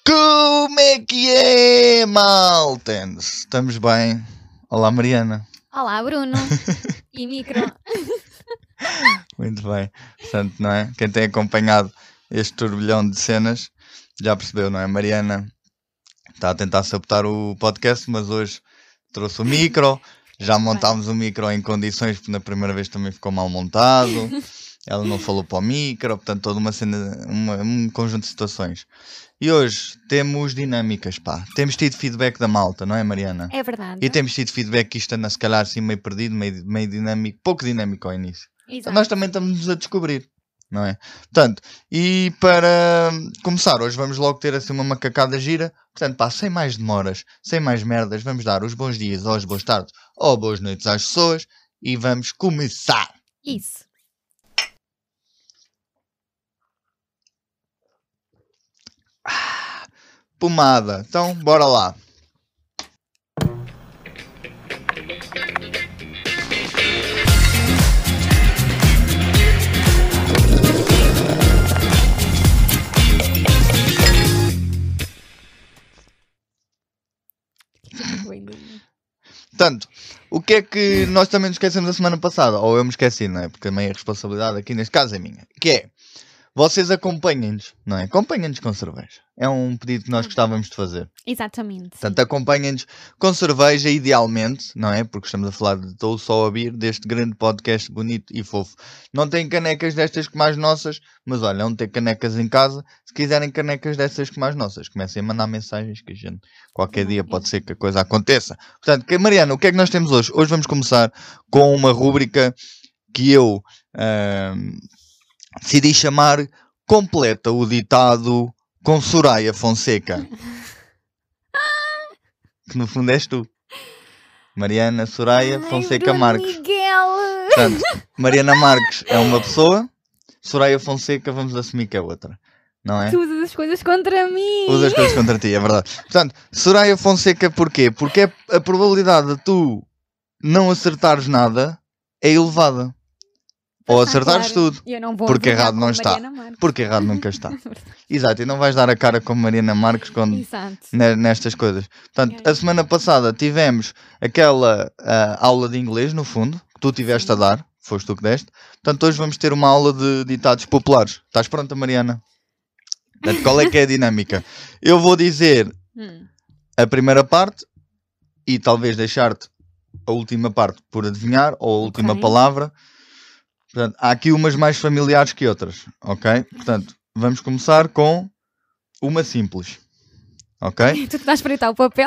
Como é que é, maltens? Estamos bem? Olá, Mariana. Olá, Bruno. E micro. Muito bem. Portanto, não é? Quem tem acompanhado este turbilhão de cenas já percebeu, não é? Mariana está a tentar sabotar o podcast, mas hoje trouxe o micro. Já montámos o micro em condições, porque na primeira vez também ficou mal montado. Ela não falou para o micro, portanto, toda uma cena, um conjunto de situações. E hoje temos dinâmicas, pá. Temos tido feedback da malta, não é, Mariana? É verdade. E temos tido feedback que isto anda, se calhar, assim, meio perdido, meio dinâmico, pouco dinâmico ao início. Então, nós também estamos a descobrir, não é? Portanto, e para começar, hoje vamos logo ter assim uma macacada gira. Portanto, pá, sem mais demoras, sem mais merdas, vamos dar os bons dias, ou as boas tardes, ou boas noites às pessoas e vamos começar. Isso. Pomada. Então, bora lá. Portanto, o que é que nós também nos esquecemos a semana passada? Ou eu me esqueci, não é? Porque também a responsabilidade aqui neste caso é minha. Que é, vocês acompanhem-nos, não é? Acompanhem-nos com cerveja. É um pedido que nós gostávamos de fazer. Exatamente. Portanto, acompanhem-nos com cerveja, idealmente, não é? Porque estamos a falar de Estou Só a Beer, deste grande podcast bonito e fofo. Não tem canecas destas como as nossas, mas olha, não tem canecas em casa. Se quiserem canecas destas como as nossas, comecem a mandar mensagens que a gente, qualquer dia pode ser que a coisa aconteça. Portanto, Mariana, o que é que nós temos hoje? Hoje vamos começar com uma rúbrica que eu decidi chamar Completa o Ditado com Soraya Fonseca. Que no fundo és tu. Mariana Soraya Fonseca Bruno Marques. Miguel. Portanto, Mariana Marques é uma pessoa, Soraya Fonseca vamos assumir que é outra. Não é? Tu usas as coisas contra mim. Usas as coisas contra ti, é verdade. Portanto, Soraya Fonseca porquê? Porque a probabilidade de tu não acertares nada é elevada. Ou acertares tudo. Eu não vou porque errado não está. Marques. Porque errado nunca está. Exato, e não vais dar a cara como Mariana Marques quando, nestas coisas. Portanto, a semana passada tivemos aquela aula de inglês, no fundo, que tu tiveste a dar, foste tu que deste. Portanto, hoje vamos ter uma aula de ditados populares. Estás pronta, Mariana? Portanto, qual é que é a dinâmica? Eu vou dizer a primeira parte e talvez deixar-te a última parte por adivinhar, ou a última palavra. Portanto, há aqui umas mais familiares que outras, ok? Portanto, vamos começar com uma simples, ok? Tu estás a espreitar o papel?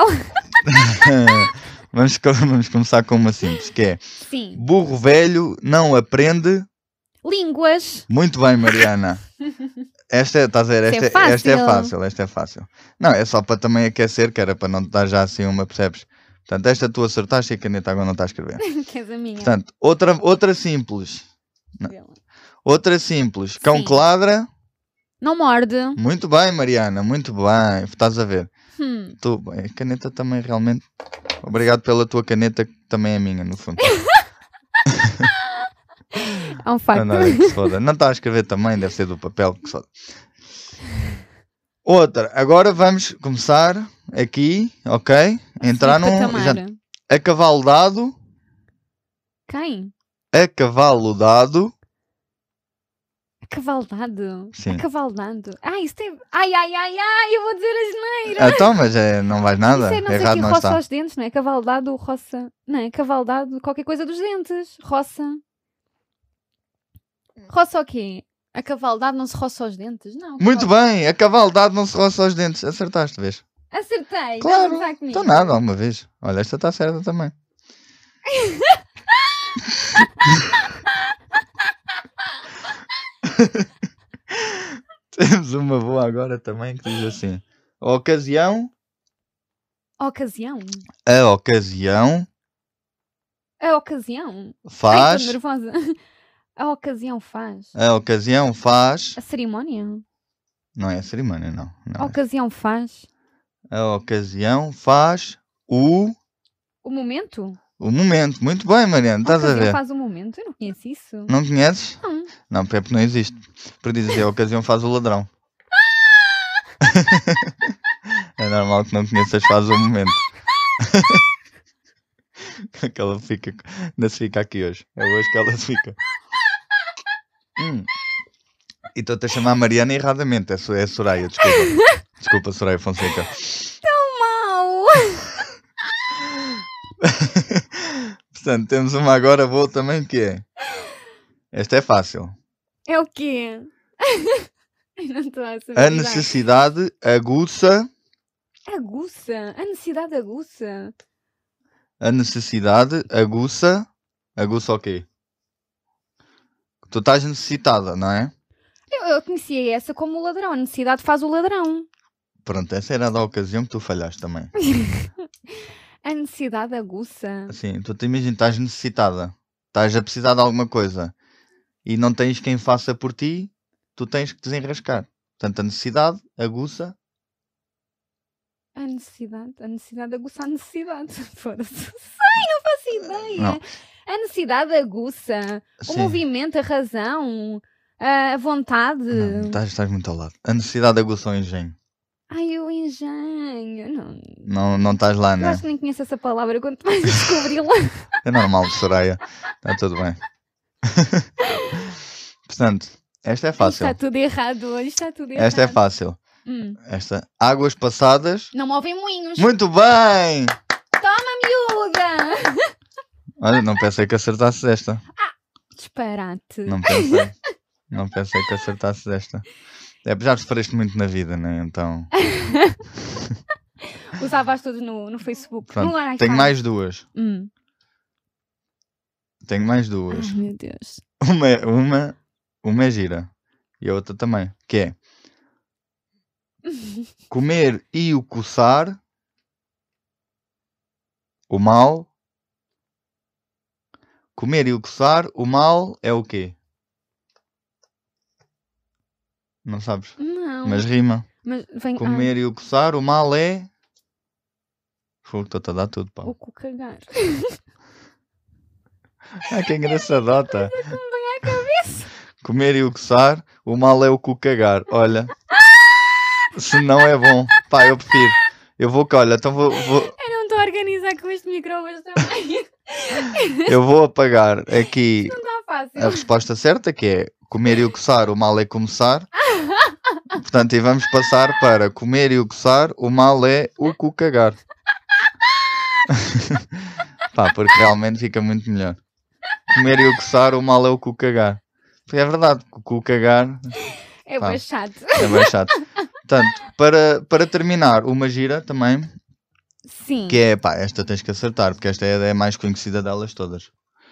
vamos começar com uma simples, que é... Sim. Burro velho não aprende... Línguas. Muito bem, Mariana. Esta é fácil. Não, é só para também aquecer, que era para não te dar já assim uma, percebes? Portanto, esta tu acertaste e a caneta agora não está a escrever. Que és a minha. Portanto, outra simples. Outra simples. Cão que ladra. Não morde. Muito bem, Mariana. Muito bem. Estás a ver. Tu, bem, a caneta também realmente... Obrigado pela tua caneta, que também é minha, no fundo. É um facto. Não está a escrever também, deve ser do papel. Que foda. Outra. Agora vamos começar aqui, ok? Entrar num... A cavalo dado. Quem? A cavalo dado. Acavaldado? Sim. Acavaldado. Isso tem... Ai, eu vou dizer a geneira. Então, mas não vais nada. Isso não sei errado que não roça está. aos dentes, não é? Cavaldado, roça... Não é? Cavaldado, qualquer coisa dos dentes. Roça. Roça o quê? A cavaldade não se roça aos dentes? Não. Muito bem. A cavaldade não se roça aos dentes. Acertaste, vês? Acertei. Claro. Então nada, alguma vez. Olha, esta está certa também. Temos uma boa agora também que diz assim: a ocasião. Ocasião? A ocasião. A ocasião? Faz. Ai, estou nervosa. A ocasião faz. A ocasião faz. A cerimónia? Não é a cerimónia, não. A ocasião faz. A ocasião faz o. O momento? O momento. Muito bem, Mariana. Estás a ver? Faz o momento? Eu não conheço isso. Não conheces? Não. Não, porque não existe. Por dizer, a ocasião faz o ladrão. É normal que não conheças faz o momento. Que ela fica. Ainda se fica aqui hoje. É hoje que ela se fica. E estou-te a chamar Mariana erradamente. É Soraya, desculpa. Desculpa, Soraya Fonseca. Tão mau! Portanto, temos uma agora boa também que é. Esta é fácil. É o quê? Eu não estou a saber. A necessidade aguça. Aguça? A necessidade aguça? A necessidade aguça. Aguça o quê? Tu estás necessitada, não é? Eu conhecia essa como o ladrão. A necessidade faz o ladrão. Pronto, essa era da ocasião que tu falhaste também. A necessidade aguça? Assim, tu te imaginas, estás necessitada. Estás a precisar de alguma coisa. E não tens quem faça por ti. Tu tens que desenrascar. Portanto, a necessidade aguça. A necessidade aguça a necessidade. Foda-se. Sei, não faço ideia. Não. A necessidade aguça. Sim. O movimento, a razão, a vontade. Não, estás muito ao lado. A necessidade aguça o engenho. Ai, o engenho. Não estás lá, Eu né? acho que nem conheço essa palavra. Quanto mais descobri-la. É normal, Soraya. Está tudo bem. Portanto, esta é fácil. Está tudo errado hoje. Está tudo errado. Esta é fácil. Esta. Águas passadas. Não movem moinhos. Muito bem! Toma, miúda! Olha, não pensei que acertasses esta. Disparate. Não pensei que acertasses esta. Já sofreste muito na vida, né? Então. Usava-as todos no Facebook. Pronto, No iPad. tenho mais duas. Tenho mais duas. Ai, meu Deus. Uma é gira. E a outra também. Que é comer e o coçar. O mal. Comer e o coçar. O mal é o quê? Não sabes? Não. Mas rima. Mas vem... Comer e o coçar. O mal é... Fogo, estou-te a dar tudo, pá. O cu cagar. Que engraçadota. Como vem à cabeça. Comer e o coçar. O mal é o cu cagar. Olha. Se não é bom. Pá, eu prefiro. Eu vou que, olha, então vou... Eu não estou a organizar com este micro hoje também. Eu vou apagar aqui Não está fácil. a resposta certa, que é comer e o coçar, o mal é começar. Portanto, e vamos passar para comer e o coçar, o mal é o cu cagar. Pá, porque realmente fica muito melhor. Comer e o coçar, o mal é o cu cagar. Porque é verdade, o cu cagar... É bem chato. É bem chato. Portanto, para terminar, uma gira também... Sim. Que é, pá, esta tens que acertar, porque esta é a mais conhecida delas todas.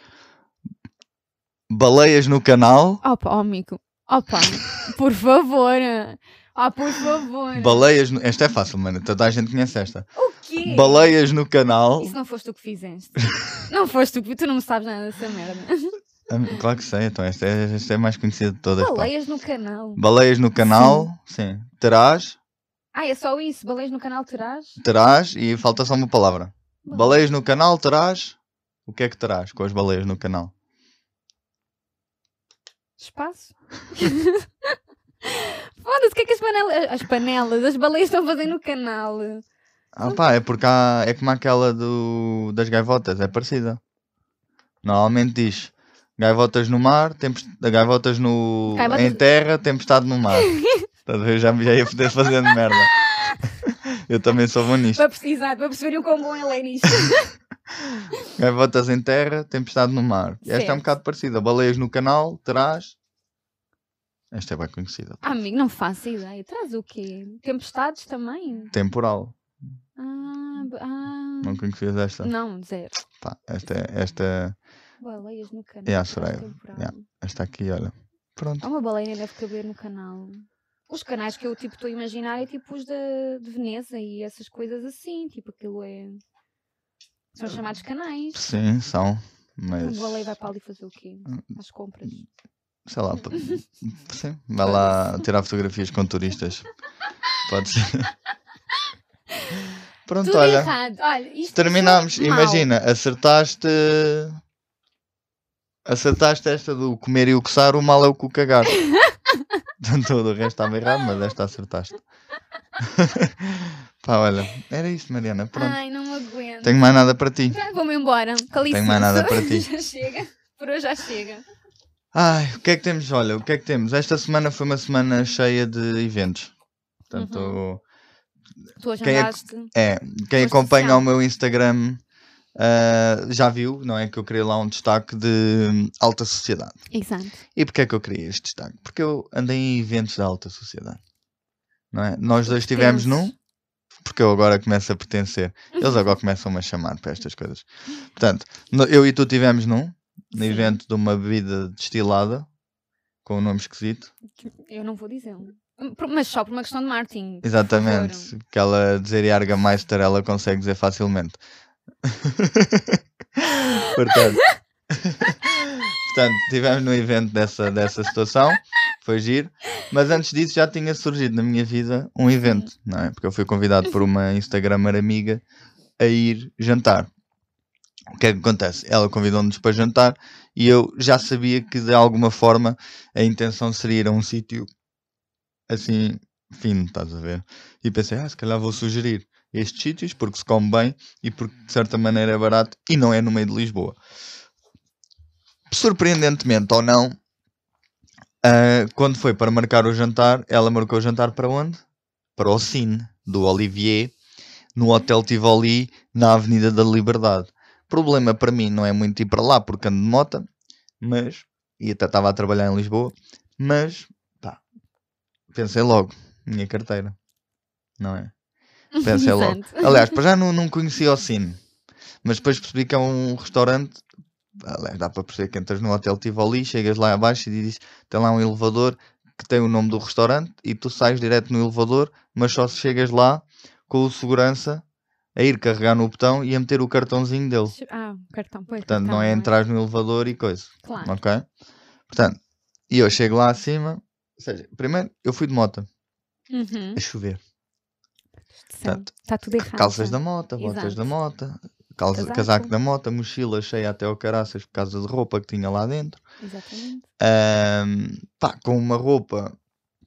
Baleias no canal. Opa, amigo. Opa, por favor. Por favor. Baleias no... Esta é fácil, mano. Toda a gente conhece esta. O quê? Baleias no canal. Isso não foste tu que fizeste. Não foste tu, tu não me sabes nada dessa merda. Claro que sei, então esta é mais conhecida de todas. Baleias no canal. Baleias no canal, sim. Terás. É só isso? Baleias no canal terás? Terás e falta só uma palavra. Baleias no canal terás. O que é que terás com as baleias no canal? Espaço? Foda-se, o que é que as baleias estão a fazer no canal? Pá, é porque é como aquela das gaivotas, é parecida. Normalmente diz gaivotas no mar, gaivotas em terra, tempestade no mar. Eu já ia poder fazer de merda. Eu também sou bom nisto. Para perceberem o quão bom ele é nisto. Gaivotas em terra, tempestade no mar. E esta é um bocado parecida. Baleias no canal, terás. Esta é bem conhecida. Amigo, não faço ideia. Traz o quê? Tempestades também? Temporal. Não conhecias esta? Não, zero. Pá, esta... Baleias no canal. É a Soraya. Esta aqui, olha. Pronto. Uma baleia nem deve caber no canal. Os canais que eu estou a imaginar é tipo os de Veneza e essas coisas assim. Tipo, aquilo é... São chamados canais. Sim, são. Mas... O baleia vai para ali fazer o quê? Às compras. Sei lá. Sim, vai lá tirar fotografias com turistas. Pode ser. Pronto, tudo olha. Errado. Olha, isto terminamos. Imagina, acertaste esta do comer e o coçar, o mal é o cu cagar. Todo o resto estava errado, mas esta acertaste. Pá, olha, era isso, Mariana. Pronto. Ai, não me aguento. Tenho mais nada para ti. Vou-me embora. Tenho mais nada para ti. Já chega. Por hoje já chega. Ai, o que é que temos? Olha, o que é que temos? Esta semana foi uma semana cheia de eventos. Portanto, tu agendaste. Quem acompanha o meu Instagram já viu, não é? Que eu criei lá um destaque de alta sociedade. Exato. E porquê é que eu criei este destaque? Porque eu andei em eventos da alta sociedade. Não é? Nós dois estivemos num, porque eu agora começo a pertencer. Eles agora começam-me a chamar para estas coisas. Portanto, eu e tu estivemos num evento de uma bebida destilada com um nome esquisito. Eu não vou dizer. Mas só por uma questão de marketing. Exatamente. Que ela dizer Jägermeister ela consegue dizer facilmente. Portanto, estivemos no evento dessa situação. Foi giro. Mas antes disso já tinha surgido na minha vida um evento, não é? Porque eu fui convidado por uma Instagramer amiga a ir jantar. O que é que acontece? Ela convidou-nos para jantar e eu já sabia que de alguma forma a intenção seria ir a um sítio assim fino, estás a ver? E pensei, se calhar vou sugerir estes sítios porque se come bem e porque de certa maneira é barato e não é no meio de Lisboa. Surpreendentemente ou não, quando foi para marcar o jantar, ela marcou o jantar para onde? Para o Cine, do Olivier, no Hotel Tivoli, na Avenida da Liberdade. Problema para mim não é muito ir para lá porque ando de moto, mas, e até estava a trabalhar em Lisboa, mas, pá, pensei logo, minha carteira, não é? Pensei logo. Aliás, para já não conhecia o Cine, mas depois percebi que é um restaurante. Aliás, dá para perceber que entras no Hotel Tivoli, chegas lá abaixo e diz, tem lá um elevador que tem o nome do restaurante e tu sais direto no elevador, mas só se chegas lá com o segurança a ir carregar no botão e a meter o cartãozinho dele. Cartão, pois. Portanto, cartão, não é entrar no elevador e coisa. Claro. Ok? Portanto, e eu chego lá acima, ou seja, primeiro eu fui de moto, a chover. Portanto, está tudo errado. Calças da moto, botas da moto, casaco da moto, mochila cheia até ao caraças por causa de roupa que tinha lá dentro. Exatamente. Com uma roupa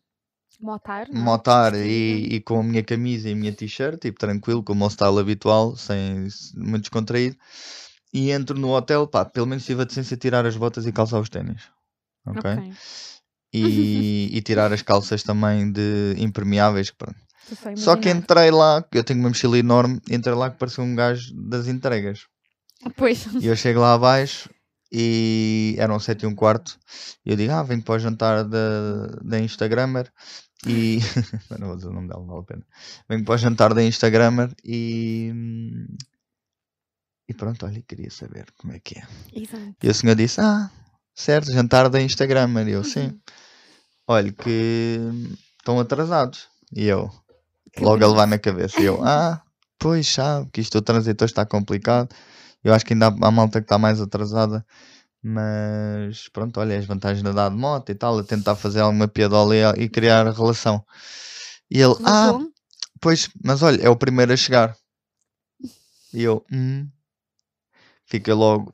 motar e com a minha camisa e a minha t-shirt, tipo tranquilo, com o meu style habitual, sem muito descontraído. E entro no hotel, pelo menos tive a decência de tirar as botas e calçar os ténis. Ok? E tirar as calças também de impermeáveis, pronto. Só que entrei lá, eu tenho uma mochila enorme, entrei lá que parecia um gajo das entregas. Pois. E eu chego lá abaixo e eram 7:15 e eu digo, venho para o jantar da Instagramer e... não vou dizer o nome dela, não vale a pena. Venho para o jantar da Instagramer e pronto, olha, queria saber como é que é. Exato. E o senhor disse, certo, jantar da Instagramer. E eu, sim. Olha, que estão atrasados. E eu... logo a levar na cabeça. E eu, pois sabe que isto o trânsito está complicado. Eu acho que ainda há malta que está mais atrasada. Mas pronto, olha, as vantagens de andar de moto e tal, a tentar fazer alguma piadola e criar relação. E ele, pois, mas olha, é o primeiro a chegar. E eu, fiquei logo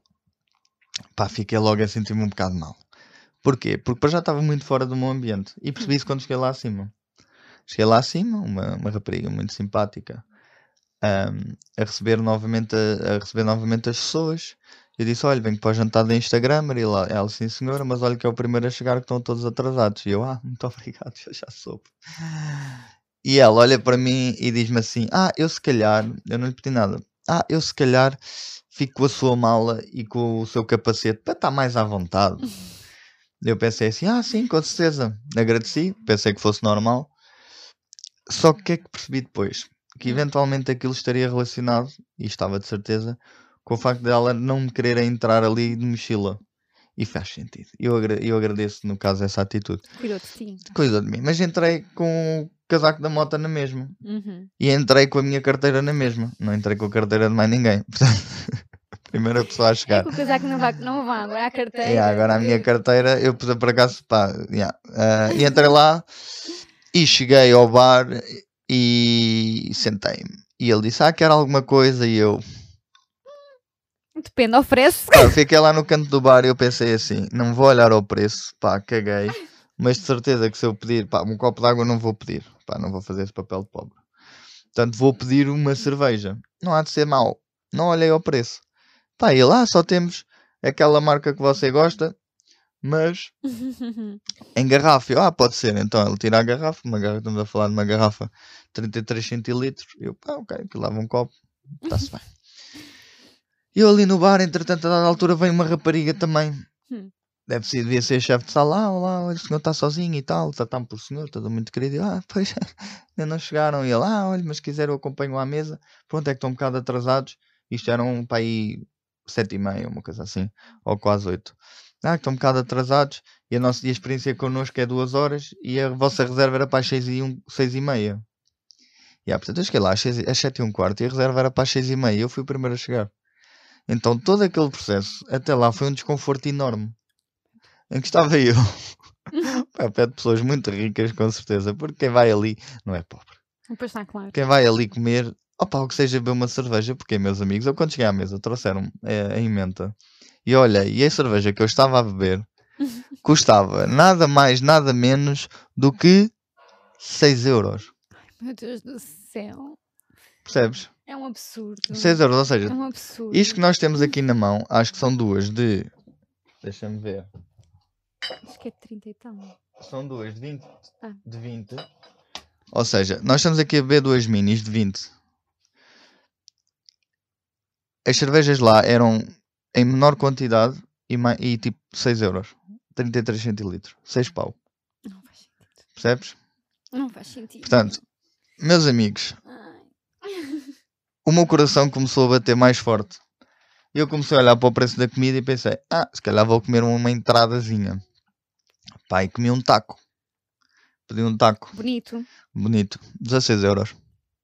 a sentir-me um bocado mal. Porquê? Porque para já estava muito fora do meu ambiente. E percebi isso quando cheguei lá acima. Cheguei lá acima, uma rapariga muito simpática, a receber novamente as pessoas. Eu disse, olha, venho para o jantar da Instagramer. E ela, sim senhora, mas olha que é o primeiro a chegar, que estão todos atrasados. E eu, muito obrigado, eu já soube. E ela olha para mim e diz-me assim, eu se calhar, eu não lhe pedi nada, eu se calhar fico com a sua mala e com o seu capacete para estar mais à vontade. Eu pensei assim, sim, com certeza. Agradeci, pensei que fosse normal. Só que o que é que percebi depois? Que eventualmente aquilo estaria relacionado, e estava de certeza, com o facto dela não me querer entrar ali de mochila. E faz sentido. Eu agradeço, no caso, essa atitude. Cuidou de mim. Mas entrei com o casaco da moto na mesma. E entrei com a minha carteira na mesma. Não entrei com a carteira de mais ninguém. Portanto, a primeira pessoa a chegar. O casaco não vai, agora a carteira. Agora a minha carteira, eu pus por acaso, e entrei lá. E cheguei ao bar e sentei-me. E ele disse, quer alguma coisa? E eu... depende, oferece. Fiquei lá no canto do bar e eu pensei assim, não vou olhar ao preço, caguei. Mas de certeza que se eu pedir, pá, um copo de água não vou pedir. Pá, não vou fazer esse papel de pobre. Portanto, vou pedir uma cerveja. Não há de ser mau. Não olhei ao preço. Pá, e lá só temos aquela marca que você gosta, mas em garrafa. Eu, pode ser. Então ele tira a garrafa. Estamos a falar de uma garrafa 33 centilitros. Eu, pá, ok, aquilo lava um copo. Está-se bem. E eu ali no bar, entretanto, a dada altura vem uma rapariga também. Devia ser chefe de sala. Olá, o senhor está sozinho e tal. Trata-me por senhor, todo muito querido. Eu, pois, ainda não chegaram. E ele, olha, mas se quiser eu acompanho à mesa. Pronto, é que estão um bocado atrasados. Isto eram para aí 7h30, uma coisa assim. Ou quase 8. Que estão um bocado atrasados. E a experiência connosco é 2 horas. E a vossa reserva era para as 6h30. Portanto, eu cheguei lá às 7h15 e a reserva era para as 6h30. Eu fui o primeiro a chegar. Então todo aquele processo até lá foi um desconforto enorme. Em que estava eu ao pé de pessoas muito ricas, com certeza, porque quem vai ali não é pobre. Pois está claro. Quem vai ali comer, o que seja beber uma cerveja, porque meus amigos, eu quando cheguei à mesa trouxeram a emenda e olha, e a cerveja que eu estava a beber custava nada mais, nada menos do que 6€. Ai, meu Deus do céu. Percebes? É um absurdo. 6€, ou seja, é um absurdo. Isto que nós temos aqui na mão, acho que são duas de... Deixa-me ver. Acho que é 30 e tal. São duas de 20. De 20. Ou seja, nós estamos aqui a beber duas minis de 20. As cervejas lá eram em menor quantidade e tipo 6€. 33 centilitros. 6 pau. Não faz sentido. Percebes? Não faz sentido. Portanto, meus amigos, o meu coração começou a bater mais forte. Eu comecei a olhar para o preço da comida e pensei, se calhar vou comer uma entradazinha. Pá, e comi um taco. Pedi um taco. Bonito. 16€.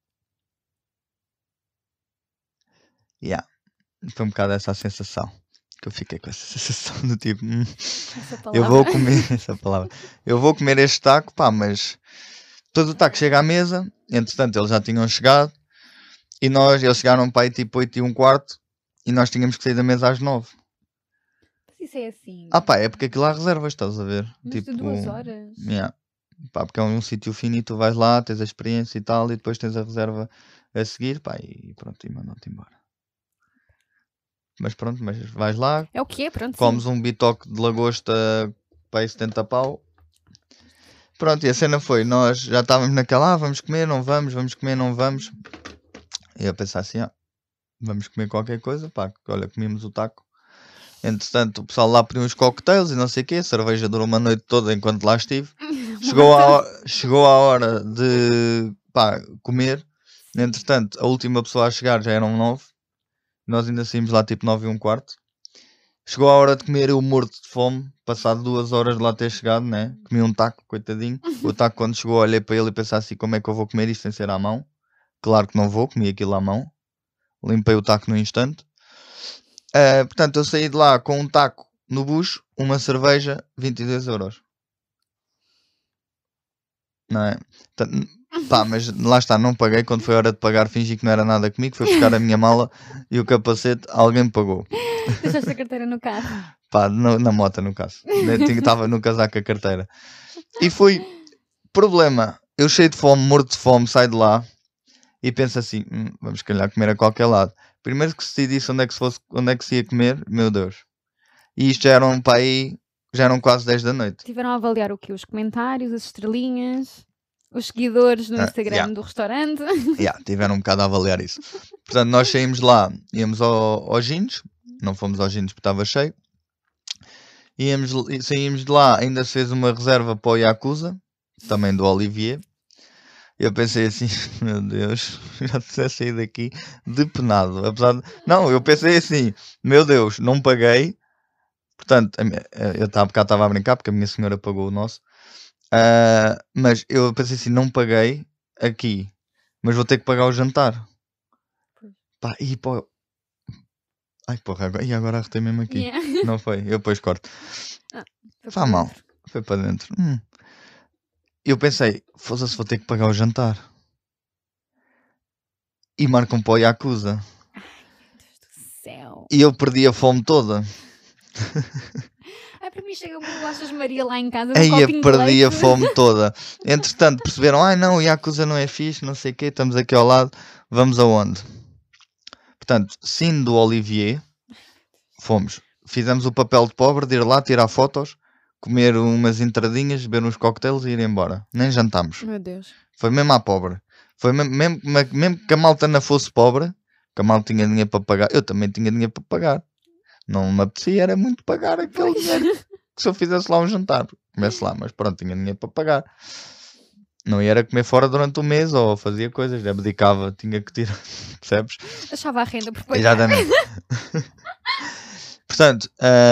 Foi um bocado essa a sensação. Que eu fiquei com essa sensação do tipo... eu vou comer... essa palavra. Eu vou comer este taco, pá, mas... Todo o taco chega à mesa. Entretanto, eles já tinham chegado. E eles chegaram para aí tipo 8h15. E nós tínhamos que sair da mesa às 9. Mas isso é assim. É porque aquilo há reservas, estás a ver? Mas tipo, de 2 horas. Porque é um sítio fino e tu vais lá, tens a experiência e tal, e depois tens a reserva a seguir, e pronto, e mandam-te embora. Mas pronto, mas vais lá. É o que é, pronto. Comes um bitoque de lagosta para aí 70 pau. Pronto, e a cena foi, nós já estávamos naquela, vamos comer, não vamos, vamos comer, não vamos. E eu pensei assim, vamos comer qualquer coisa, olha, comemos o taco. Entretanto, o pessoal lá pediu uns cocktails e não sei o quê, a cerveja durou uma noite toda enquanto lá estive. Chegou a hora de comer. Entretanto, a última pessoa a chegar já eram 9. Nós ainda saímos lá tipo 9h15. Chegou a hora de comer, eu morto de fome. Passado 2 horas de lá ter chegado, né? Comi um taco, coitadinho. O taco, quando chegou, olhei para ele e pensei assim, como é que eu vou comer isto sem ser à mão? Claro que não vou, comi aquilo à mão. Limpei o taco no instante. Portanto, eu saí de lá com um taco no bucho, uma cerveja, 22€. Não é? Mas lá está, não paguei. Quando foi a hora de pagar, fingi que não era nada comigo. Foi buscar a minha mala e o capacete, alguém me pagou. Deixaste a carteira no carro? Na moto, no caso. Estava no casaco a carteira. E foi problema. Eu cheio de fome, morto de fome, saio de lá e penso assim, vamos calhar comer a qualquer lado. Primeiro que se disse onde é que se ia comer, meu Deus. E isto já eram quase 10 da noite. Tiveram a avaliar o quê? Os comentários, as estrelinhas, os seguidores no Instagram do restaurante? Tiveram um bocado a avaliar isso. Portanto, nós saímos de lá, íamos ao Gintos, não fomos ao Gintos porque estava cheio. Saímos de lá, ainda se fez uma reserva para o Yakuza, também do Olivier. Eu pensei assim, meu Deus, já tinha saído daqui depenado. Não, eu pensei assim, meu Deus, não paguei. Portanto, eu estava a brincar porque a minha senhora pagou o nosso. Mas eu pensei assim, não paguei aqui, mas vou ter que pagar o jantar. Ai porra, e agora arrotei mesmo aqui. Não foi, eu depois corto. Foi mal, foi para dentro. Eu pensei, foda-se, vou ter que pagar o jantar. E marcam para o Yakuza. Ai, meu Deus do céu. E eu perdi a fome toda. para mim chega uma bolachas Maria lá em casa. Aí eu perdi a fome toda. Entretanto, perceberam, não, o Yakuza não é fixe, não sei o quê, estamos aqui ao lado, vamos aonde? Portanto, sim do Olivier, fomos. Fizemos o papel de pobre de ir lá, tirar fotos, comer umas entradinhas, beber uns cocktails e ir embora. Nem jantámos. Meu Deus. Foi mesmo à pobre. Foi mesmo que a malta não fosse pobre, que a malta tinha dinheiro para pagar, eu também tinha dinheiro para pagar. Não me apetecia, era muito pagar aquele dinheiro. Que se eu fizesse lá um jantar, comesse lá, mas pronto, tinha dinheiro para pagar. Não ia comer fora durante um mês ou fazia coisas, abdicava, tinha que tirar, percebes? Achava a renda por pagar. Exatamente. Portanto,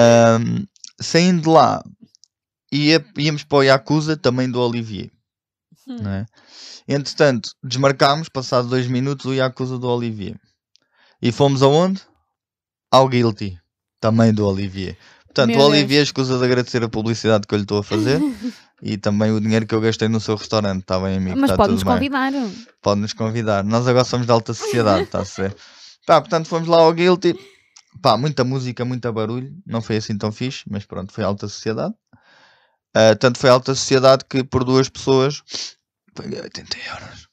saindo de lá, íamos para o Yakuza também do Olivier. Não é? Entretanto, desmarcámos, passado 2 minutos, o Yakuza do Olivier. E fomos aonde? Ao Guilty, também do Olivier. Portanto, o Olivier escusa de agradecer a publicidade que eu lhe estou a fazer e também o dinheiro que eu gastei no seu restaurante. Está bem, amigo? Mas pode-nos convidar. Pode-nos convidar. Nós agora somos da alta sociedade, está a ser. Portanto, fomos lá ao Guilty. Muita música, muito barulho. Não foi assim tão fixe, mas pronto, foi alta sociedade. Tanto foi alta sociedade que por 2 pessoas paguei 80 euros.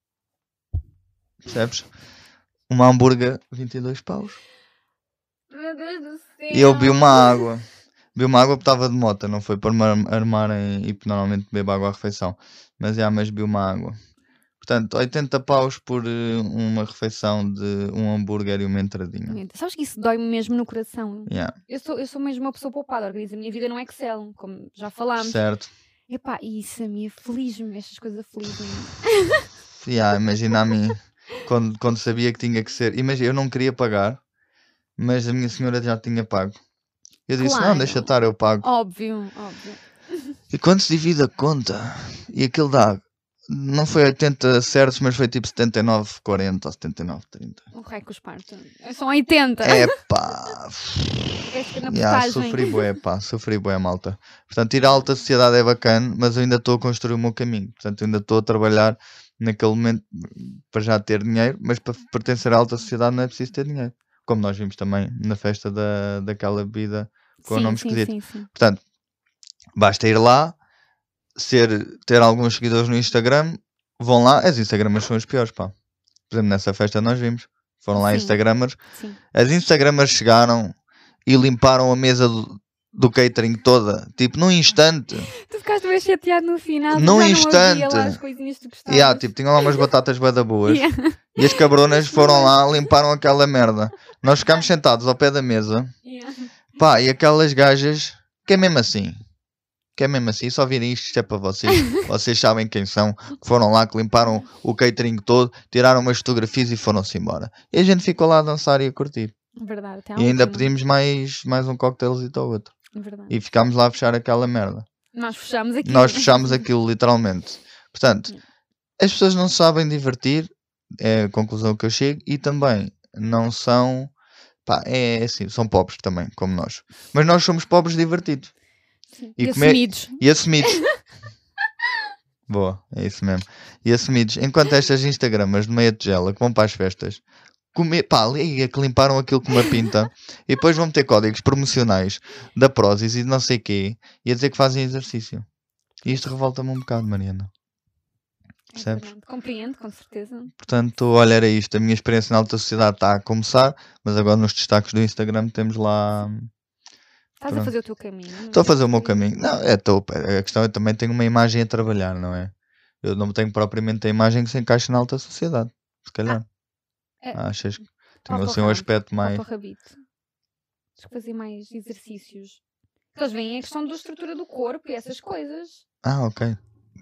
Percebes? Uma hambúrguer, 22 paus. Meu Deus do céu. E eu bebi uma água. Bebi uma água porque estava de moto, não foi para me armarem e normalmente bebo água à refeição. Mas bebi uma água. Portanto, 80 paus por uma refeição de um hambúrguer e uma entradinha. Sabes que isso dói-me mesmo no coração. Yeah. Eu sou mesmo uma pessoa poupada, organizo a minha vida no Excel, como já falámos. Certo. Epá, e isso a mim aflige-me, estas coisas afligem-me. Imagina a mim, quando sabia que tinha que ser. Imagina, eu não queria pagar, mas a minha senhora já tinha pago. Eu disse, não, deixa estar, eu pago. Óbvio. E quando se divide a conta, e aquilo dá, não foi 80 certos, mas foi tipo 79,40 ou 79,30. O rei com esparto. São 80. Epá. Sofri bué, malta. Portanto, ir à alta sociedade é bacana, mas eu ainda estou a construir o meu caminho. Portanto, eu ainda estou a trabalhar naquele momento para já ter dinheiro, mas para pertencer à alta sociedade não é preciso ter dinheiro. Como nós vimos também na festa daquela bebida com o nome esquisito. Sim. Portanto, basta ir lá, ter alguns seguidores no Instagram, vão lá, as Instagramers são os piores, pá. Por exemplo, nessa festa nós vimos, foram lá Instagramers, as Instagramers chegaram e limparam a mesa do catering toda, tipo, num instante. Tu ficaste bem chateado no final. Num instante. Lá as coisinhas que tu gostavas. Tipo, tinham lá umas batatas bué da boas. E as cabronas foram lá, limparam aquela merda. Nós ficámos sentados ao pé da mesa. E aquelas gajas, que é mesmo assim, só virem isto é para vocês. Vocês sabem quem são, que foram lá, que limparam o catering todo, tiraram umas fotografias e foram-se embora. E a gente ficou lá a dançar e a curtir. Verdade, e ainda pedimos mais um cocktailzito ou outro. Verdade. E ficámos lá a fechar aquela merda. Nós fechámos aquilo literalmente. Portanto, as pessoas não se sabem divertir, é a conclusão que eu chego, e também não são, é assim, são pobres também, como nós. Mas nós somos pobres divertidos. E assumidos. E assumidos. Boa, é isso mesmo. E assumidos. Enquanto estas Instagramas de meia tigela que vão para as festas que limparam aquilo com uma pinta e depois vão meter códigos promocionais da Prozis e de não sei quê e a dizer que fazem exercício. E isto revolta-me um bocado, Mariana. Percebes? Compreendo, com certeza. Portanto, olha, era isto. A minha experiência na alta sociedade está a começar, mas agora nos destaques do Instagram temos lá... Estás a fazer o teu caminho? Estou a fazer o meu caminho. Não, a questão é que também tenho uma imagem a trabalhar, não é? Eu não tenho propriamente a imagem que se encaixa na alta sociedade. Se calhar. Achas que tenho assim um aspecto mais... Tens que fazer mais exercícios. Eles veem a questão da estrutura do corpo e essas coisas. Ok.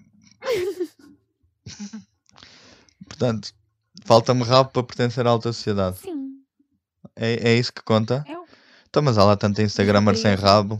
Portanto, falta-me rabo para pertencer à alta sociedade. Sim. É isso que conta? Então, mas há lá tanto Instagramers sem rabo.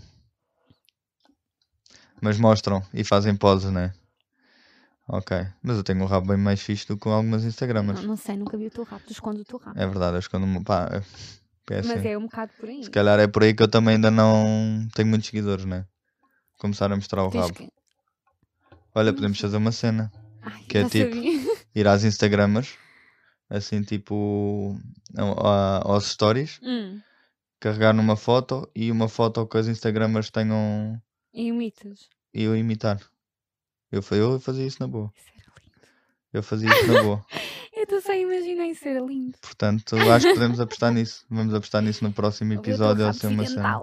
Mas mostram e fazem poses, não é? Ok. Mas eu tenho um rabo bem mais fixe do que algumas Instagramers. Não sei, nunca vi o teu rabo. Tu escondes o teu rabo. É verdade, eu escondo-me. Mas é um bocado por aí. Se calhar é por aí que eu também ainda não tenho muitos seguidores, não é? Começar a mostrar o rabo. Olha, podemos fazer uma cena. Que é tipo, ir às Instagramers, assim tipo, aos stories, carregar numa foto e uma foto que os Instagramers tenham... E imitas? E eu imitar. Eu fazia isso na boa. Isso era lindo. Eu fazia isso na boa. Eu estou só a imaginar isso era lindo. Portanto, acho que podemos apostar nisso. Vamos apostar nisso no próximo episódio. Ou ser uma cena.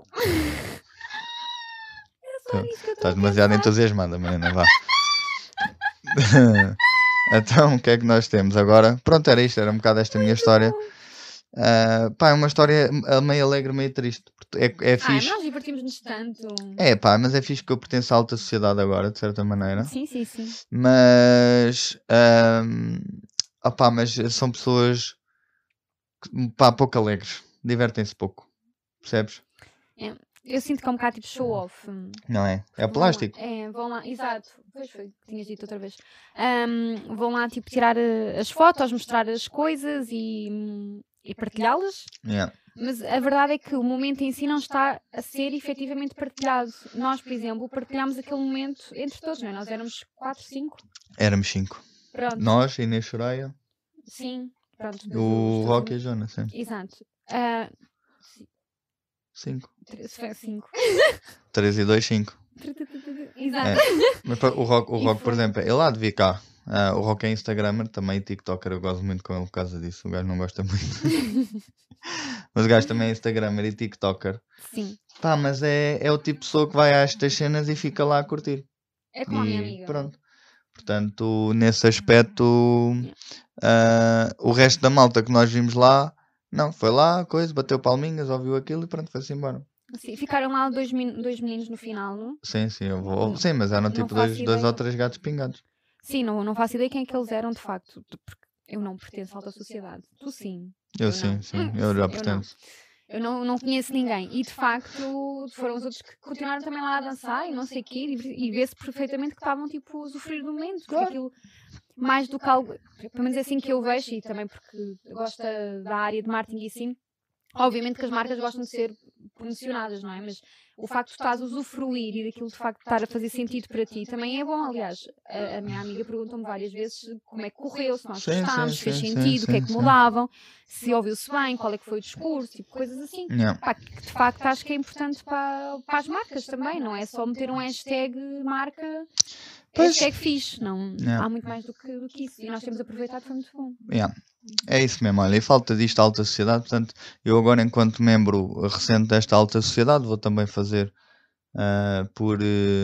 Estás demasiado entusiasmada, Mariana, vá. Então, o que é que nós temos agora? Pronto, era isto, era um bocado esta minha história. Pá, é uma história meio alegre, meio triste. É fixe. Nós divertimos-nos tanto. Pá, mas é fixe porque eu pertenço à alta sociedade agora, de certa maneira. Sim. Mas, opá, mas são pessoas, pá, pouco alegres. Divertem-se pouco. Percebes? Eu sinto que é um bocado tipo show-off. Não é? É plástico. Vão lá, exato. Pois foi, tinhas dito outra vez. Vão lá tipo tirar as fotos, mostrar as coisas e partilhá-las. Yeah. Mas a verdade é que o momento em si não está a ser efetivamente partilhado. Nós, por exemplo, partilhámos aquele momento entre todos, não é? Nós éramos 4, 5. Éramos 5. Pronto. Nós, Inês Soraya. Sim, pronto. O Rock e a Jonas, sim. Exato. 5. 5. 3 e 2, 5. Exato. Mas o Rock, por exemplo, ele há de vir cá. O Rock é Instagramer, também TikToker. Eu gosto muito com ele por causa disso. O gajo não gosta muito. Mas o gajo também é Instagramer e TikToker. Sim. Pá, mas é o tipo de pessoa que vai a estas cenas e fica lá a curtir. É como a minha amiga. Pronto. Portanto, nesse aspecto, o resto da malta que nós vimos lá, não, foi lá, bateu palminhas, ouviu aquilo e pronto, foi-se embora. Sim, ficaram lá dois meninos no final, não? Sim, sim, mas eram tipo dois ou três gatos pingados. Sim, não faço ideia quem é que eles eram de facto, porque eu não pertenço à alta sociedade. Tu sim. Eu sim, eu já pertenço. Eu não conheço ninguém. E de facto foram os outros que continuaram também lá a dançar e não sei o quê, e vê-se perfeitamente que estavam tipo a usufruir do momento. Porque aquilo, mais do que algo, pelo menos é assim que eu vejo, e também porque gosto da área de marketing e assim, obviamente que as marcas gostam de ser promocionadas, não é? Mas o facto de estás a usufruir e daquilo de facto estar a fazer sentido para ti também é bom. Aliás, a minha amiga perguntou-me várias vezes como é que correu, se nós gostámos, fez sentido, o que é que mudavam, se ouviu-se bem, qual é que foi o discurso, tipo, coisas assim. Pá, que de facto acho que é importante para as marcas também, não é só meter um hashtag marca, hashtag fixe, não, há muito mais do que isso. E nós temos aproveitado, foi muito bom. É isso mesmo, olha, e falta disto à alta sociedade, portanto, eu agora enquanto membro recente desta alta sociedade vou também fazer por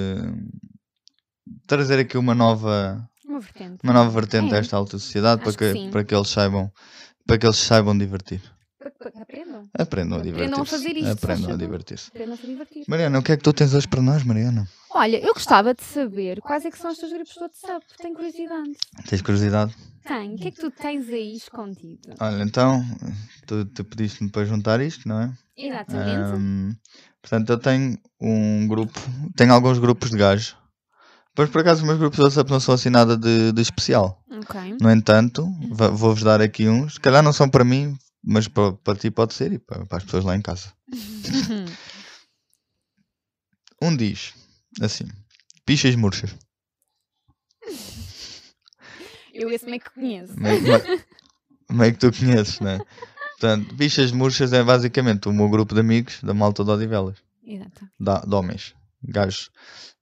trazer aqui uma nova vertente desta alta sociedade para que eles saibam divertir. Aprendam a divertir-se. Aprendam a fazer isto. Aprendam a divertir-se. Mariana, o que é que tu tens hoje para nós, Mariana? Olha, eu gostava de saber quais é que são os teus grupos do WhatsApp. Tenho curiosidade. Tens curiosidade? Tenho. O que é que tu tens aí escondido? Olha, então, tu pediste-me para juntar isto, não é? Exatamente. Portanto, eu tenho um grupo, tenho alguns grupos de gajos. Pois por acaso os meus grupos de WhatsApp não são assim nada de especial. Okay. No entanto, vou-vos dar aqui uns. Se calhar não são para mim, mas para ti pode ser e para as pessoas lá em casa. Um diz assim: pichas murchas. Eu esse meio que conheço. Meio que tu conheces, não é? Portanto, pichas murchas é basicamente o meu grupo de amigos da malta de Odivelas. Exato. De homens, gajos.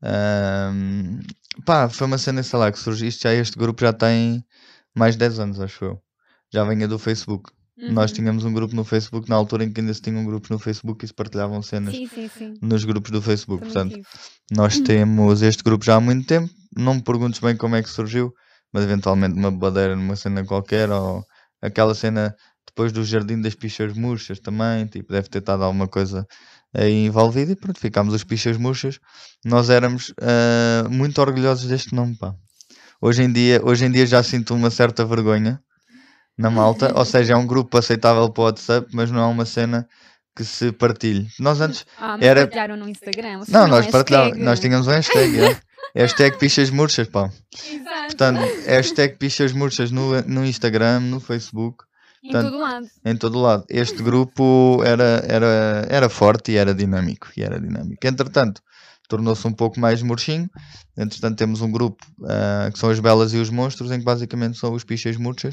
Pá, foi uma cena, sei lá, que surgiu. Este grupo já tem mais de 10 anos, acho eu. Já vinha do Facebook. Nós tínhamos um grupo no Facebook na altura em que ainda se tinham grupos no Facebook e se partilhavam cenas nos grupos do Facebook. Portanto, nós temos este grupo já há muito tempo. Não me perguntes bem como é que surgiu, mas eventualmente uma badeira numa cena qualquer, ou aquela cena depois do Jardim das Pichas Murchas também, tipo, deve ter estado alguma coisa aí envolvida e pronto, ficámos os Pichas Murchas. Nós éramos muito orgulhosos deste nome, pá. Hoje em dia já sinto uma certa vergonha na malta, ou seja, é um grupo aceitável para o WhatsApp, mas não é uma cena que se partilhe. Nós antes partilharam no Instagram. Não, nós partilhávamos, nós tínhamos um hashtag, hashtag Pichas Murchas, pá. Exato. Portanto, hashtag Pichas Murchas no Instagram, no Facebook. Portanto, em todo lado. Este grupo era forte e era dinâmico. Entretanto, tornou-se um pouco mais murchinho. Entretanto, temos um grupo que são as Belas e os Monstros, em que basicamente são os Pichas Murchas.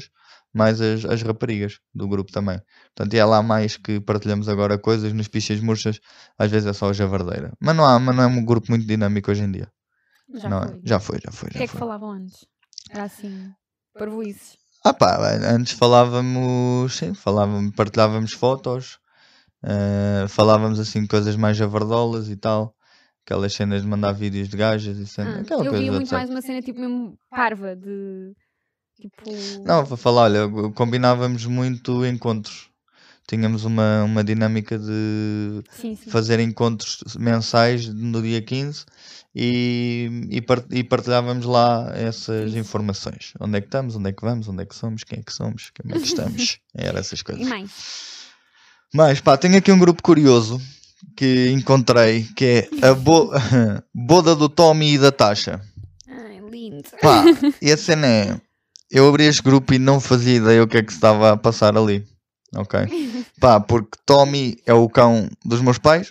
mais as raparigas do grupo também. Portanto, e é lá mais que partilhamos agora coisas nos pichas murchas, às vezes é só a javardeira. Mas não é um grupo muito dinâmico hoje em dia. Já foi. O que é que falavam antes? Era assim, parvoíces. Pá, antes falávamos, partilhávamos fotos, falávamos assim coisas mais javardolas e tal. Aquelas cenas de mandar vídeos de gajas e cenas. Eu vi muito mais uma cena tipo mesmo parva de... Tipo... Não, para falar, olha, combinávamos muito encontros. Tínhamos uma dinâmica de fazer encontros mensais no dia 15 e partilhávamos lá essas informações. Onde é que estamos, onde é que vamos, onde é que somos, quem é que somos, como é que estamos. Era essas coisas. E mais? Mas pá, tenho aqui um grupo curioso que encontrei, que é a boda do Tommy e da Tasha. Ai, lindo. Pá, e a cena é... Eu abri este grupo e não fazia ideia o que é que se estava a passar ali. Ok? Pá, porque Tommy é o cão dos meus pais.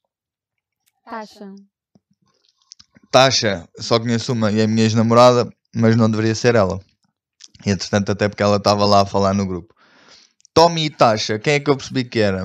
Tasha, só conheço uma e é a minha ex-namorada, mas não deveria ser ela. E entretanto, até porque ela estava lá a falar no grupo. Tommy e Tasha, quem é que eu percebi que era?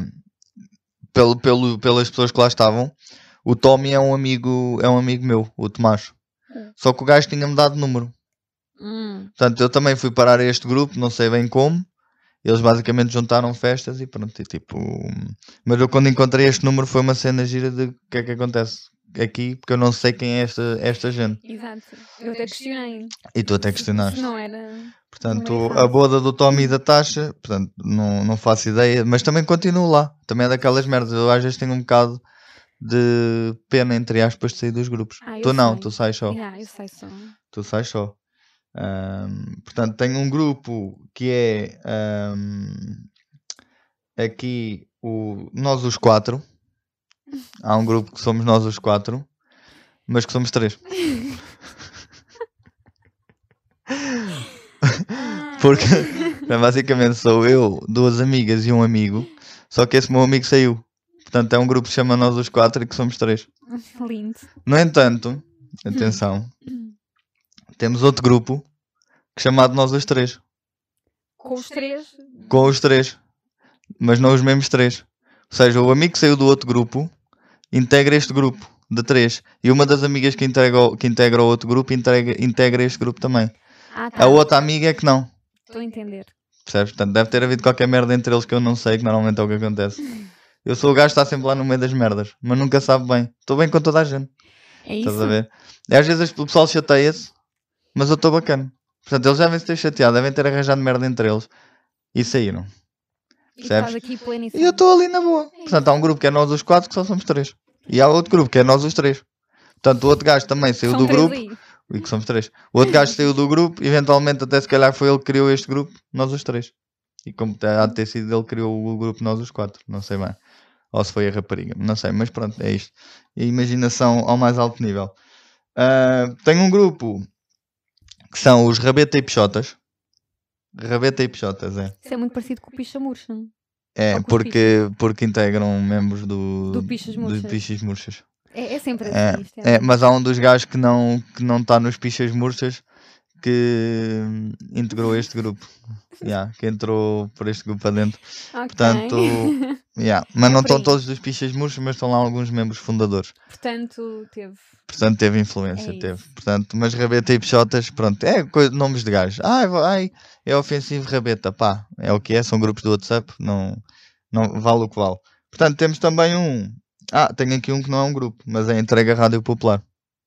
Pelas pessoas que lá estavam, o Tommy é um amigo meu, o Tomás. Só que o gajo tinha-me dado número. Portanto, eu também fui parar a este grupo, não sei bem como. Eles basicamente juntaram festas e pronto, e tipo... Mas eu quando encontrei este número foi uma cena gira de o que é que acontece aqui, porque eu não sei quem é esta gente. Exato. Eu até questionei. E tu até questionaste. Não era... Portanto, a boda do Tommy e da Tasha, portanto, não faço ideia, mas também continuo lá. Também é daquelas merdas. Eu às vezes tenho um bocado de pena, entre aspas, de sair dos grupos. Tu não, tu sais só. Eu saio só. Tu sais só. Portanto, tenho um grupo que é aqui nós os 4. Há um grupo que somos nós os 4, mas que somos 3. Porque basicamente sou eu, 2 amigas e um amigo, só que esse meu amigo saiu. Portanto, é um grupo que se chama nós os 4 e que somos 3. Lindo. No entanto, atenção, temos outro grupo que é chamado nós os 3. Com os 3? Com os 3. Mas não os mesmos 3. Ou seja, o amigo que saiu do outro grupo integra este grupo de 3. E uma das amigas que integra o outro grupo integra este grupo também. Tá. A outra amiga é que não. Estou a entender. Percebes? Portanto, deve ter havido qualquer merda entre eles que eu não sei, que normalmente é o que acontece. Eu sou o gajo que está sempre lá no meio das merdas, mas nunca sabe bem. Estou bem com toda a gente. É isso. Estás a ver? E às vezes o pessoal chateia-se, mas eu estou bacana. Portanto, eles já devem se ter chateado, devem ter arranjado merda entre eles e saíram. Percebes? E eu estou ali na boa. Portanto, há um grupo que é nós os 4 que só somos 3. E há outro grupo que é nós os 3. Portanto, o outro gajo também saiu do grupo. E que somos 3. O outro gajo saiu do grupo, eventualmente até se calhar foi ele que criou este grupo, nós os 3. E como há de ter sido ele que criou o grupo nós os 4, não sei bem. Ou se foi a rapariga, não sei, mas pronto, é isto. E a imaginação ao mais alto nível. Tenho um grupo que são os Rabeta e Pichotas. Rabeta e Pichotas, é. Isso é muito parecido com o Picha Murcha. É, porque integram membros do Pichas Murchas. É sempre assim. Mas há um dos gajos que não está nos Pichas Murchas que integrou este grupo. Que entrou por este grupo adentro. Okay. Portanto, mas não estão todos dos Pichas Murchas, mas estão lá alguns membros fundadores. Portanto, teve influência, teve. Portanto, mas Rabeta e Pichotas, pronto, é nomes de gajos. É ofensivo Rabeta, pá, é o que é, são grupos do WhatsApp, não vale o que vale. Portanto, temos também tenho aqui um que não é um grupo, mas é a Entrega Rádio Popular.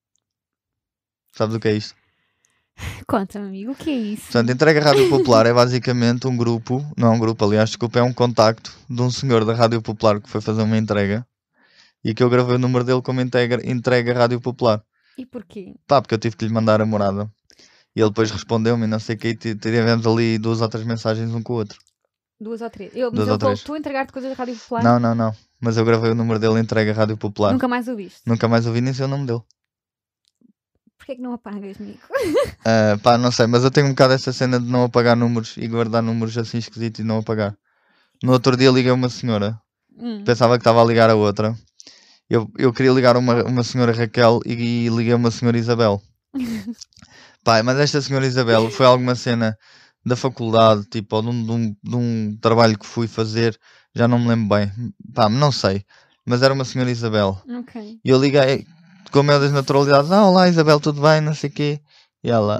Sabes o que é isto? Conta-me, amigo, o que é isso? Portanto, Entrega Rádio Popular é basicamente um grupo, não é um grupo, aliás, desculpa, é um contacto de um senhor da Rádio Popular que foi fazer uma entrega e que eu gravei o número dele como Entrega Rádio Popular. E porquê? Pá, porque eu tive que lhe mandar a morada. E ele depois respondeu-me e não sei o que, e tivemos ali 2 ou 3 mensagens um com o outro. 2 ou 3? Mas ele voltou a entregar-te coisas da Rádio Popular? Não. Mas eu gravei o número dele, Entrega Rádio Popular. Nunca mais ouviste? Nunca mais ouvi, nem sei o nome dele. Porquê é que não apagas, amigo? Pá, não sei, mas eu tenho um bocado essa cena de não apagar números e guardar números assim esquisitos e não apagar. No outro dia liguei uma senhora, pensava que estava a ligar a outra. Eu queria ligar uma senhora Raquel e liguei uma senhora Isabel. Pá, mas esta senhora Isabel foi alguma cena da faculdade, tipo, ou de um trabalho que fui fazer, já não me lembro bem. Pá, não sei. Mas era uma senhora Isabel. Ok. E eu liguei, com a maior das naturalidades, olá Isabel, tudo bem, não sei o quê. E ela,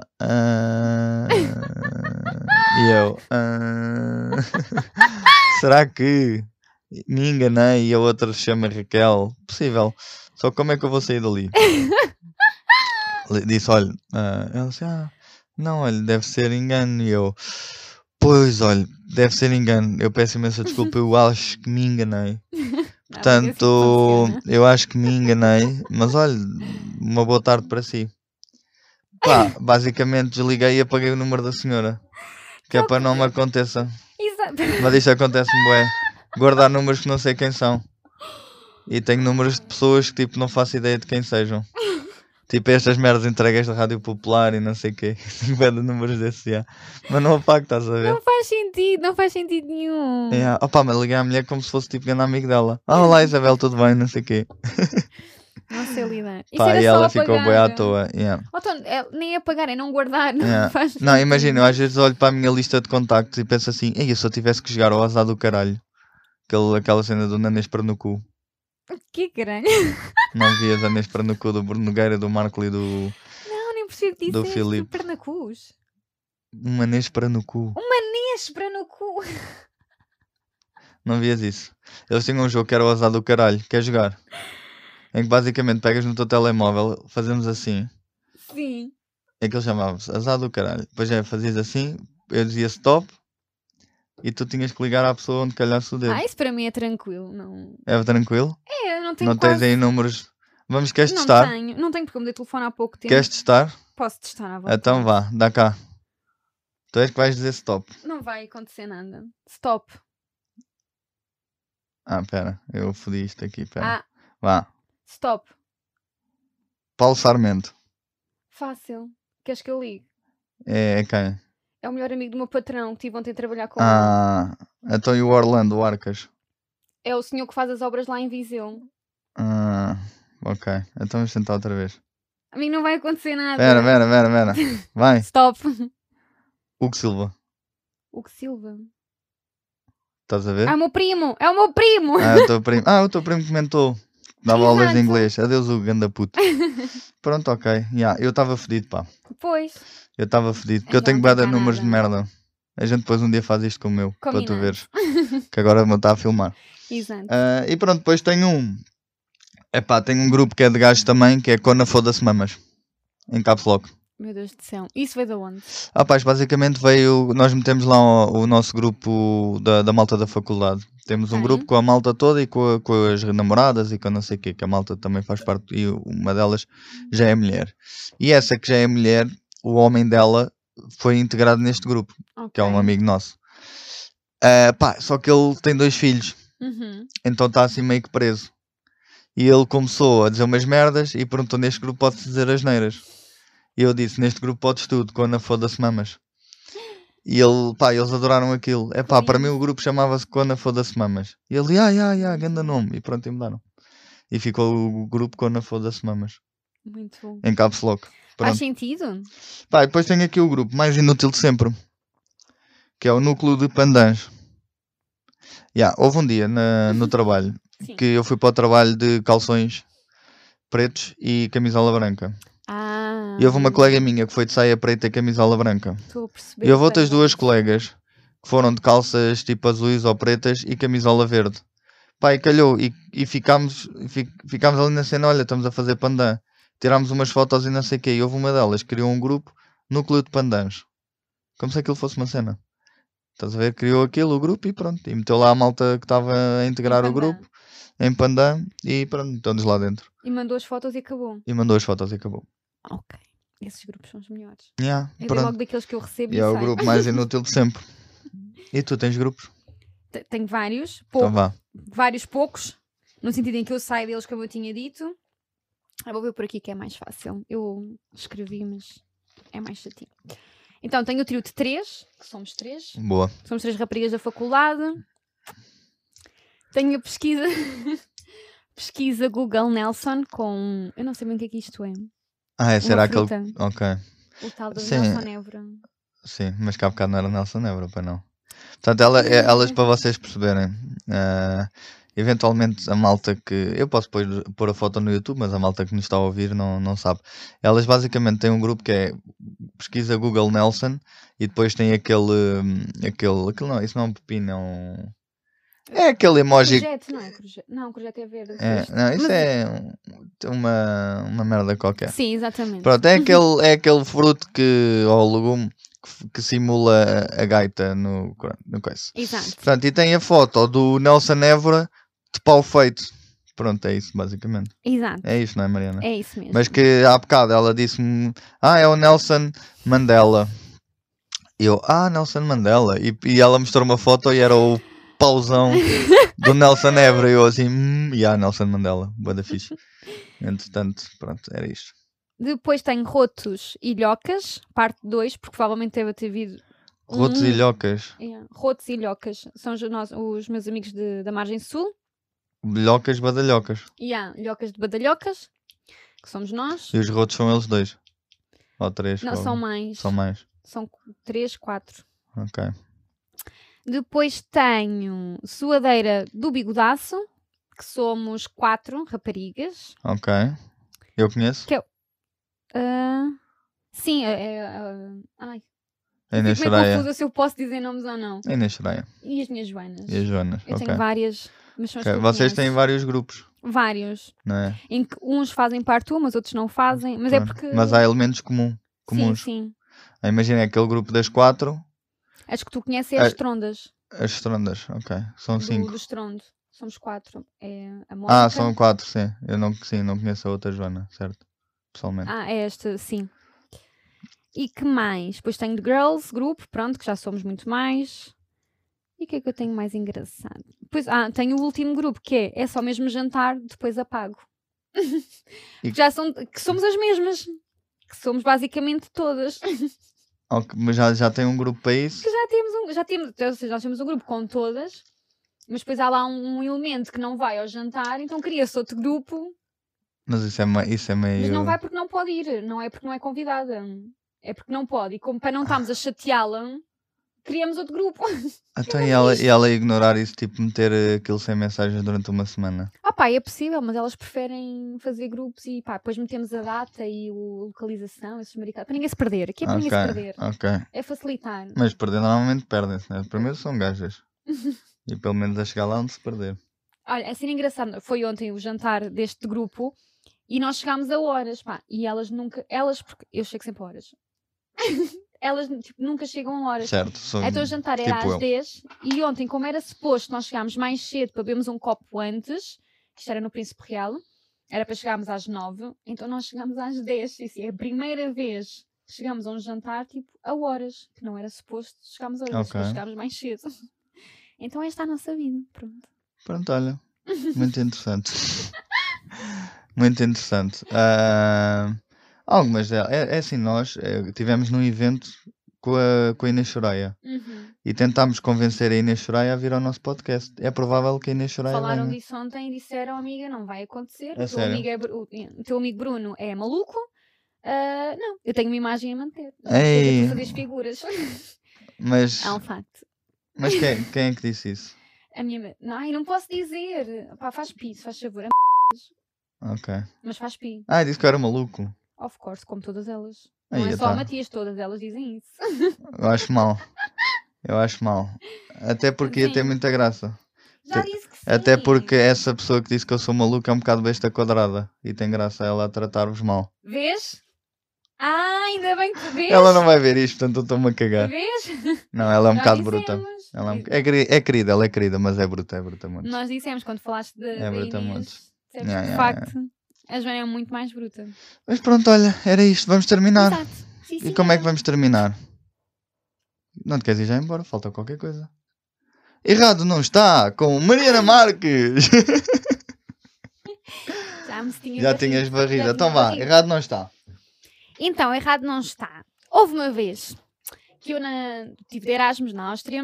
e eu, será que me enganei e a outra se chama Raquel? Possível. Só como é que eu vou sair dali? Disse, olha, ela disse, não, olha, deve ser engano. E eu, pois, olha, deve ser engano. Eu peço imensa desculpa, eu acho que me enganei. Portanto, eu acho que me enganei. Mas olha, uma boa tarde para si. Pá, basicamente desliguei e apaguei o número da senhora. Que é para não me aconteça. Exato. Mas isto acontece-me, bué. Guardar números que não sei quem são. E tenho números de pessoas que tipo não faço ideia de quem sejam. Tipo estas merdas entregas da Rádio Popular e não sei o quê. Tenho bué de números desses, já. Mas não apago, estás a ver? Não faz sentido nenhum. Opa, mas liguei à mulher como se fosse tipo grande amigo dela. Olá Isabel, tudo bem, não sei o quê. Não sei lidar. Pá, e ela ficou bué à toa. Então, nem apagar, é não guardar. Não, imagina, eu às vezes olho para a minha lista de contactos e penso assim, ei, se eu tivesse que jogar ao azar do caralho. Aquela cena do Nanês para no cu. Que caralho? Não vias Nanês para no cu do Bruno Nogueira, do Marco e do... Não, nem percebo que do disseste Filipe. Pernacus. Um Manês para no cu. Um Manês para no cu. Não vias isso? Eles tinham um jogo que era o azar do caralho. Quer jogar? Em que basicamente pegas no teu telemóvel, fazemos assim. Sim. É que ele chamava-se azar do caralho. Depois fazias assim, eu dizia stop e tu tinhas que ligar à pessoa onde calhasse o dedo. Isso para mim é tranquilo. Não... É tranquilo? Eu não tenho Não tens aí números? Queres testar? Não tenho porque eu me dei telefone há pouco tempo. Queres testar? Posso testar à volta. Então vá, dá cá. Tu és que vais dizer stop. Não vai acontecer nada. Stop. Pera, eu fodi isto aqui, pera. Vá. Stop. Paulo Sarmento. Fácil. Queres que eu ligue? É quem? É o melhor amigo do meu patrão que tive ontem a trabalhar com ele. Então e o Orlando, o Arcas? É o senhor que faz as obras lá em Viseu. Ok. Então vamos tentar outra vez. A mim não vai acontecer nada. Pera. Vai. Stop. Hugo Silva. Hugo Silva? Estás a ver? É o meu primo! É o meu primo! É o teu primo. O teu primo comentou. Dava aulas de inglês. Adeus, Hugo, ganda puto. Pronto, ok. Eu estava fedido, pá. Pois. Eu estava fedido. Porque eu tenho bué de números de merda. A gente depois um dia faz isto com o meu. Para tu veres. Que agora me está a filmar. Exato. E pronto, depois tenho tenho um grupo que é de gajos também, que é Cona Foda-se Mamas. Em caps lock. Meu Deus do céu. Isso veio de onde? Basicamente veio... Nós metemos lá o nosso grupo da malta da faculdade. Temos um grupo com a malta toda e com as namoradas e com não sei o quê, que a malta também faz parte, e uma delas já é mulher. E essa que já é mulher, o homem dela foi integrado neste grupo, que é um amigo nosso. Só que ele tem 2 filhos, então está assim meio que preso. E ele começou a dizer umas merdas e perguntou: neste grupo pode-se dizer asneiras? E eu disse: neste grupo podes tudo, Cona Foda-se Mamas. E eles adoraram aquilo. Para mim o grupo chamava-se Cona Foda-se Mamas. E ele, ganda nome. E pronto, e mudaram. E ficou o grupo Cona Foda-se Mamas. Muito bom. Em caps lock. Faz sentido? E depois tenho aqui o grupo mais inútil de sempre. Que é o núcleo de pandãs. Houve um dia no trabalho que eu fui para o trabalho de calções pretos e camisola branca. E houve uma colega minha que foi de saia preta e camisola branca. Estou a perceber. E houve outras 2 colegas que foram de calças tipo azuis ou pretas e camisola verde. E calhou. E ficámos ali na cena, olha, estamos a fazer pandã. Tirámos umas fotos e não sei o quê. E houve uma delas que criou um grupo, núcleo de pandãs. Como se aquilo fosse uma cena. Estás a ver? Criou o grupo e pronto. E meteu lá a malta que estava a integrar o grupo em pandã e pronto, estamos lá dentro. E mandou as fotos e acabou. Ok. Esses grupos são os melhores. É logo daqueles que eu recebo e é o grupo mais inútil de sempre. E tu tens grupos? Tenho vários. Então vá. Vários poucos. No sentido em que eu saio deles, como eu tinha dito. Vou ver por aqui que é mais fácil. Eu escrevi, mas é mais chatinho. Então tenho o trio de 3, que somos 3. Boa. Somos 3 raparigas da faculdade. Tenho a pesquisa... pesquisa Google Nelson com... Eu não sei bem o que é que isto é. Será aquele... Ok. O tal do Nelson Évora. Sim, mas cá bocado não era Nelson Évora, para não. Portanto, elas, para vocês perceberem, eventualmente a malta que... Eu posso pôr a foto no YouTube, mas a malta que nos está a ouvir não sabe. Elas basicamente têm um grupo que é pesquisa Google Nelson e depois tem aquele não, isso não é um pepino, é aquele emoji... Courgette, não é courgette. Não, courgette é verde. Não, isso é uma merda qualquer. Sim, exatamente. Pronto, é aquele fruto ou legume que simula a gaita no coisa. Exato. Portanto, e tem a foto do Nelson Évora de pau feito. Pronto, é isso basicamente. Exato. É isso, não é, Mariana? É isso mesmo. Mas que há bocado ela disse-me, é o Nelson Mandela. E eu, Nelson Mandela. E ela mostrou uma foto e era o pauzão do Nelson Évora. E eu assim, Nelson Mandela. Boa da fixe. Entretanto, pronto, era isto. Depois tem Rotos e Ilhocas, parte 2, porque provavelmente deve ter havido... Rotos e Ilhocas. Rotos e Ilhocas. São os meus amigos da Margem Sul. Ilhocas, Badalhocas. Ilhocas de Badalhocas, que somos nós. E os Rotos são eles 2? Ou 3? Não, são mais. São 3, 4. Ok. Depois tenho Suadeira do Bigodaço, que somos 4 raparigas. Ok. Eu conheço? Que é... sim, ai. É Inês Fico meio Soraya. confusa se eu posso dizer nomes ou não. É Inês Soraya. E as minhas Joanas. Eu tenho várias, mas são as que eu Vocês conheço. têm vários grupos. Vários. Não é? Em que uns fazem parte mas outros não fazem. Mas é porque... Mas há elementos comuns. Sim. Imagina aquele grupo das 4. As que tu conheces é as Strondas. As Strondas, ok. São 5. Do Estrondo. Somos 4. É a Mónica. São 4, sim. Eu não conheço a outra Joana, certo? Pessoalmente. É esta, sim. E que mais? Depois tenho The Girls Group, pronto, que já somos muito mais. E o que é que eu tenho mais engraçado? Depois, tenho o último grupo, que é só mesmo jantar, depois apago. Que somos as mesmas. Que somos basicamente todas. Okay, mas já tem um grupo para isso? Que já temos um grupo com todas, mas depois há lá um elemento que não vai ao jantar, então cria-se outro grupo. Mas isso é meio... Mas não vai porque não pode ir, não é porque não é convidada. É porque não pode. E como para não estarmos a chateá-la, criamos outro grupo. Então e ela ignorar isso, tipo meter aquilo sem mensagens durante uma semana? É possível, mas elas preferem fazer grupos e depois metemos a data e a localização, esses maricados, para ninguém se perder. Aqui é para ninguém se perder. É facilitar. Mas perder normalmente perdem-se, né? Primeiro são gajas. E pelo menos a chegar lá onde se perder. Olha, assim engraçado, foi ontem o jantar deste grupo e nós chegámos a horas, e elas, porque eu chego sempre a horas. Elas nunca chegam a horas. Certo. Então o jantar era às 10 e ontem, como era suposto, nós chegámos mais cedo para bebermos um copo antes, isto era no Príncipe Real, era para chegarmos às 9, então nós chegámos às 10. E é a primeira vez que chegamos a um jantar a horas, que não era suposto chegarmos a horas, mas chegámos mais cedo. Então esta é a nossa vida, Pronto, olha, muito interessante. Muito interessante. Algumas delas, é assim, nós estivemos num evento com a Inês Soraya e tentámos convencer a Inês Soraya a vir ao nosso podcast. É provável que a Inês Soraya falaram disso ontem e disseram, amiga, não vai acontecer, o teu amigo Bruno é maluco. Não, eu tenho uma imagem a manter. Chega para fazer as figuras. Mas, é um facto. Mas quem é que disse isso? A minha... Não posso dizer. Faz pi, se faz favor. Ok. Mas faz pi. Disse que eu era maluco. Of course, como todas elas. Não é só a Matias, todas elas dizem isso. Eu acho mal. Até porque ia ter muita graça. Já disse que sim. Até porque essa pessoa que disse que eu sou maluco é um bocado besta quadrada. E tem graça ela a tratar-vos mal. Vês? Ainda bem que vês. Ela não vai ver isto, portanto eu estou-me a cagar. Vês? Não, ela é um bocado bruta. Ela é querida, mas é bruta muito. Nós dissemos quando falaste da bruta muito. De facto, a Joana é muito mais bruta. Mas pronto, olha, era isto, vamos terminar. Exato. Sim, e como é que vamos terminar? Não te queres ir já embora? Falta qualquer coisa. Errado não está, com Mariana Marques. Já tinhas barrido. Então vá, errado não está. Então, errado não está. Houve uma vez que eu tive de Erasmus na Áustria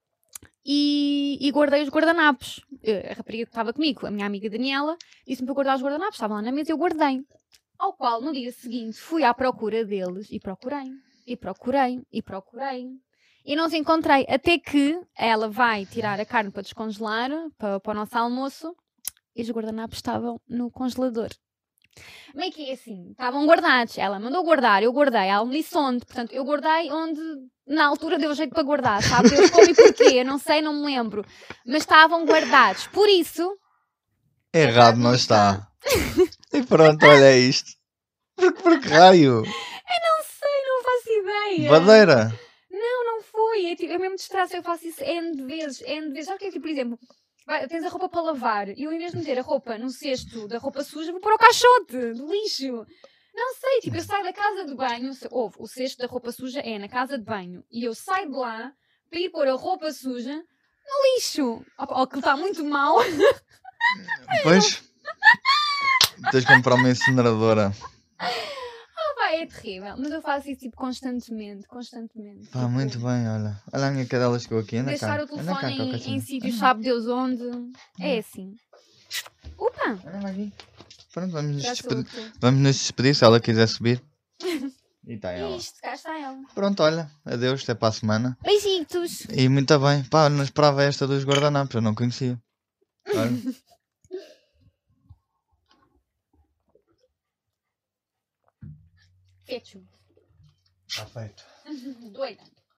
e guardei os guardanapos. A rapariga que estava comigo, a minha amiga Daniela, disse-me para guardar os guardanapos. Estava lá na mesa e eu guardei. Ao qual, no dia seguinte, fui à procura deles e procurei. E procurei. E não os encontrei. Até que ela vai tirar a carne para descongelar, para o nosso almoço, e os guardanapos estavam no congelador. Meio que assim, estavam guardados. Ela mandou guardar, eu guardei. Ela me disse onde. Portanto, eu guardei onde na altura deu jeito para guardar. Sabe Deus como e porquê? Eu não sei, não me lembro. Mas estavam guardados. Por isso... Errado não está. E pronto, olha isto. Por que raio? Eu não sei, não faço ideia. Badeira. Não foi. Eu mesmo distraço, eu faço isso N de vezes. Sabe o que é que, por exemplo, tens a roupa para lavar e eu, em vez de meter a roupa no cesto da roupa suja, vou pôr ao caixote do lixo. Não sei, tipo, eu saio da casa de banho, o cesto da roupa suja é na casa de banho e eu saio de lá para ir pôr a roupa suja no lixo. Ou que está muito mal. Pois. Tens de comprar uma incineradora. É terrível, mas eu faço isso tipo constantemente. Pá, tipo... muito bem, olha. Olha a minha cadela chegou aqui, anda deixar cá. O telefone em sítios, sabe Deus onde. É assim. Opa! Olha aqui. Pronto, vamos nos despedir se ela quiser subir. E está ela. Isto, cá está ela. Pronto, olha. Adeus, até para a semana. Beijinhos. E muito bem. Pá, não esperava esta dos guardanapos, eu não conhecia. Olha. Feito. Está feito. Doida.